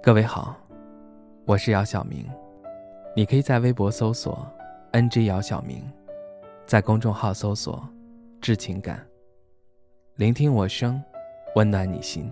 各位好，我是姚晓明，你可以在微博搜索 NG 姚晓明，在公众号搜索致情感，聆听我声，温暖你心。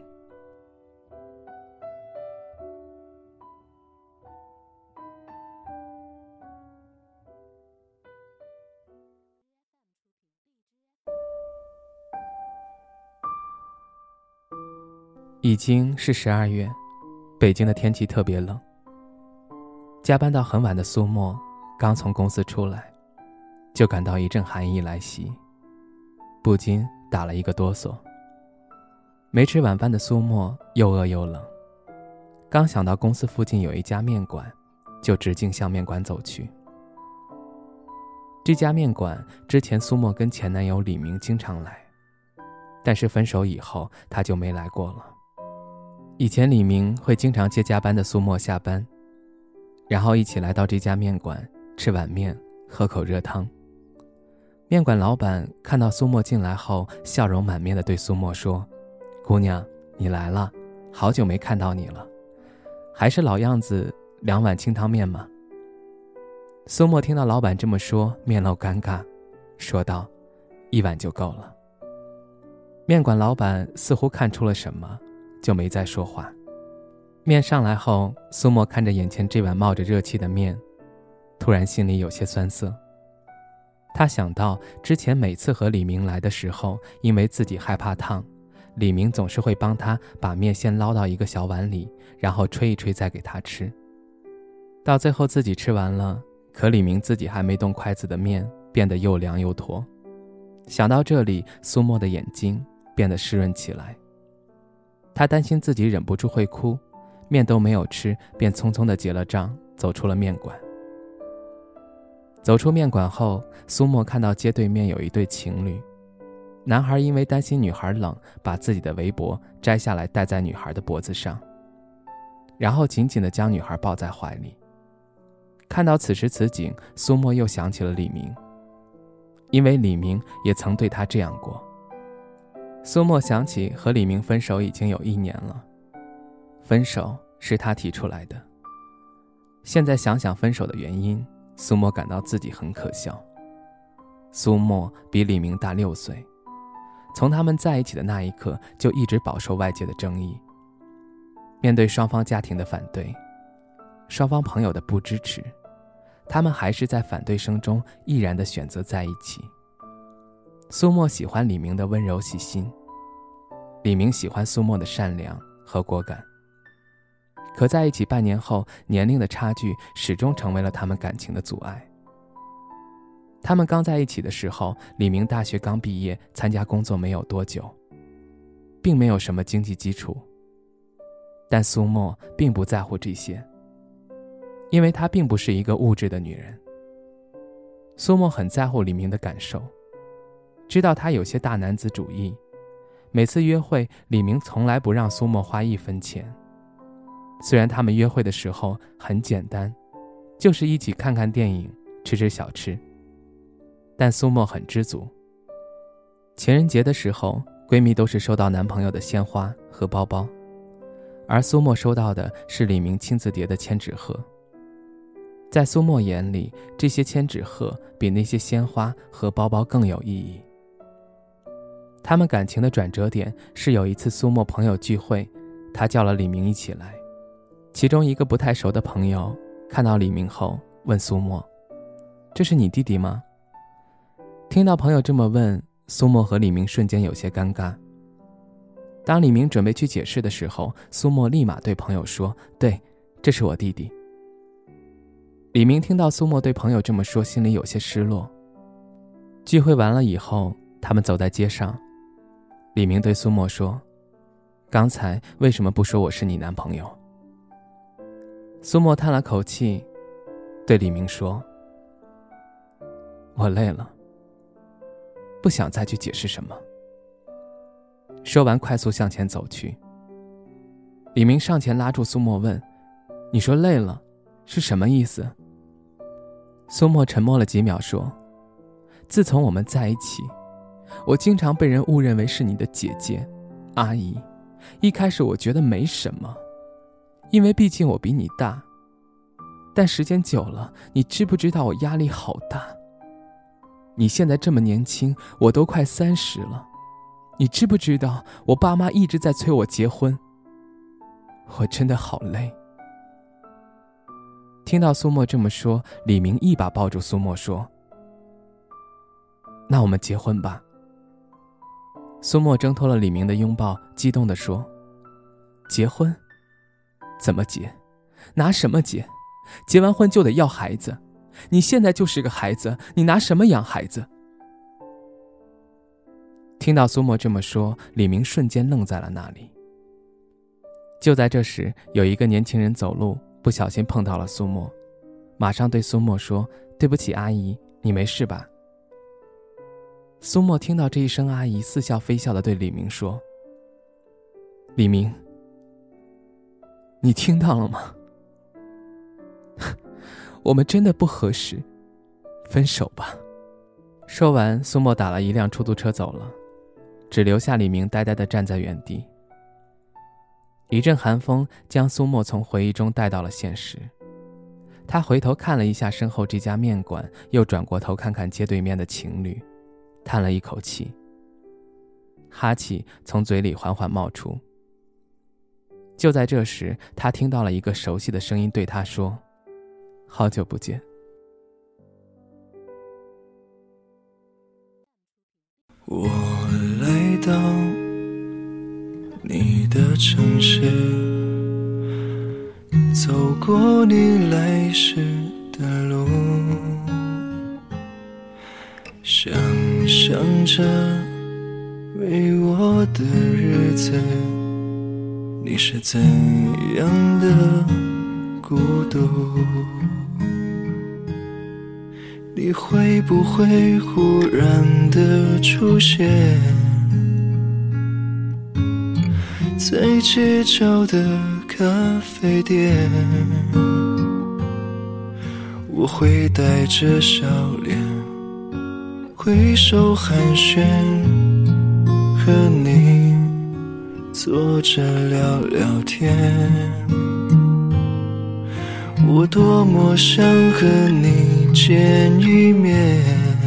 已经是12月，北京的天气特别冷。加班到很晚的苏沫刚从公司出来，就感到一阵寒意来袭，不禁打了一个哆嗦。没吃晚饭的苏沫又饿又冷，刚想到公司附近有一家面馆，就直径向面馆走去。这家面馆之前苏沫跟前男友李明经常来，但是分手以后他就没来过了。以前李明会经常接加班的苏沫下班，然后一起来到这家面馆吃碗面，喝口热汤。面馆老板看到苏沫进来后，笑容满面地对苏沫说：“姑娘，你来了，好久没看到你了，还是老样子，2碗清汤面吗？”苏沫听到老板这么说，面露尴尬，说道：“1碗就够了。”面馆老板似乎看出了什么，就没再说话。面上来后，苏沫看着眼前这碗冒着热气的面，突然心里有些酸涩。他想到之前每次和李明来的时候，因为自己害怕烫，李明总是会帮他把面先捞到一个小碗里，然后吹一吹再给他吃。到最后自己吃完了，可李明自己还没动筷子的面变得又凉又坨。想到这里，苏沫的眼睛变得湿润起来。他担心自己忍不住会哭，面都没有吃，便匆匆地结了账，走出了面馆。走出面馆后，苏沫看到街对面有一对情侣，男孩因为担心女孩冷，把自己的围脖摘下来戴在女孩的脖子上，然后紧紧地将女孩抱在怀里。看到此时此景，苏沫又想起了李明，因为李明也曾对他这样过。苏沫想起和李明分手已经有1年了，分手是他提出来的。现在想想分手的原因，苏沫感到自己很可笑。苏沫比李明大6岁，从他们在一起的那一刻就一直饱受外界的争议。面对双方家庭的反对，双方朋友的不支持，他们还是在反对声中毅然地选择在一起。苏沫喜欢李明的温柔细心，李明喜欢苏沫的善良和果敢。可在一起半年后，年龄的差距始终成为了他们感情的阻碍。他们刚在一起的时候，李明大学刚毕业，参加工作没有多久，并没有什么经济基础。但苏沫并不在乎这些，因为她并不是一个物质的女人。苏沫很在乎李明的感受，知道他有些大男子主义，每次约会，李明从来不让苏沫花1分钱。虽然他们约会的时候很简单，就是一起看看电影，吃吃小吃，但苏沫很知足。情人节的时候，闺蜜都是收到男朋友的鲜花和包包，而苏沫收到的是李明亲自叠的千纸鹤。在苏沫眼里，这些千纸鹤比那些鲜花和包包更有意义。他们感情的转折点是有一次苏沫朋友聚会，他叫了李明一起来。其中一个不太熟的朋友看到李明后问苏沫：“这是你弟弟吗？”听到朋友这么问，苏沫和李明瞬间有些尴尬。当李明准备去解释的时候，苏沫立马对朋友说：“对，这是我弟弟。”李明听到苏沫对朋友这么说，心里有些失落。聚会完了以后，他们走在街上，李明对苏沫说：“刚才为什么不说我是你男朋友？”苏沫叹了口气，对李明说：“我累了，不想再去解释什么。”说完快速向前走去。李明上前拉住苏沫问：“你说累了，是什么意思？”苏沫沉默了几秒说：“自从我们在一起，我经常被人误认为是你的姐姐、阿姨。一开始我觉得没什么， 因为毕竟我比你大。但时间久了，你知不知道我压力好大？你现在这么年轻，我都快30了，你知不知道我爸妈一直在催我结婚？我真的好累。听到苏沫这么说，李明一把抱住苏沫说：那我们结婚吧。苏沫挣脱了李明的拥抱，激动地说：结婚？怎么结？拿什么结？结完婚就得要孩子，你现在就是个孩子，你拿什么养孩子？听到苏沫这么说，李明瞬间愣在了那里。就在这时，有一个年轻人走路不小心碰到了苏沫，马上对苏沫说：对不起阿姨，你没事吧？苏沫听到这一声阿姨，似笑非笑地对李明说：李明，你听到了吗？我们真的不合适，分手吧。说完，苏沫打了一辆出租车走了，只留下李明呆呆地站在原地。一阵寒风将苏沫从回忆中带到了现实，他回头看了一下身后这家面馆，又转过头看看街对面的情侣，叹了一口气，哈气从嘴里缓缓冒出。就在这时，他听到了一个熟悉的声音对他说：好久不见。 我来到你的城市，走过你来时的路，想象着没我的日子，你是怎样的孤独？你会不会忽然的出现在街角的咖啡店？我会带着笑脸挥手寒暄，和你坐着聊聊天。我多么想和你见一面，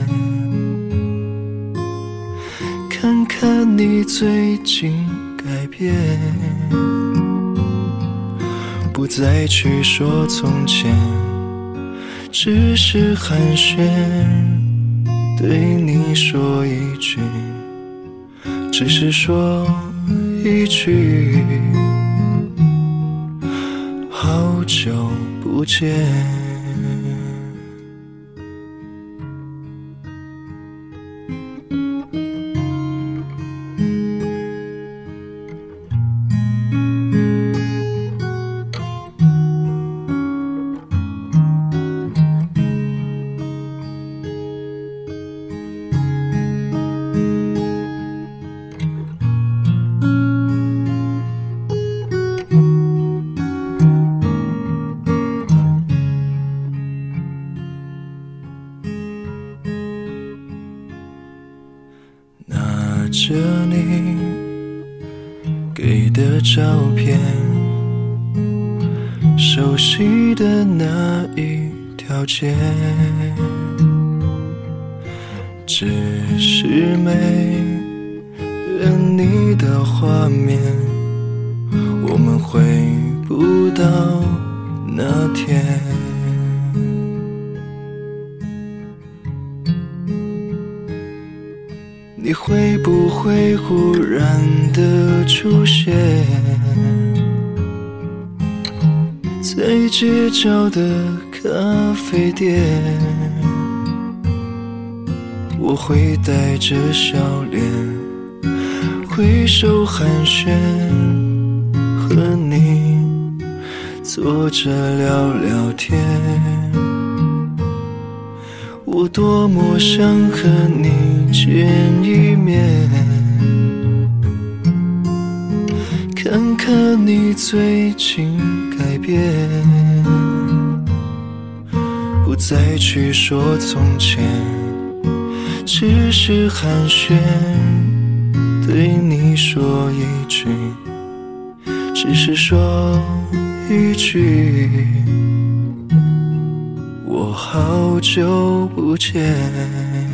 看看你最近改变，不再去说从前，只是寒暄，对你说一句，只是说一句，好久不见。拿着你给的照片，熟悉的那一条街，只是没了你的画面，我们回不到那天。你会不会忽然的出现在街角的咖啡店？我会带着笑脸挥手寒暄，和你坐着聊聊天。我多么想和你见一面，看看你最近改变，不再去说从前，只是寒暄，对你说一句，只是说一句我好久不见。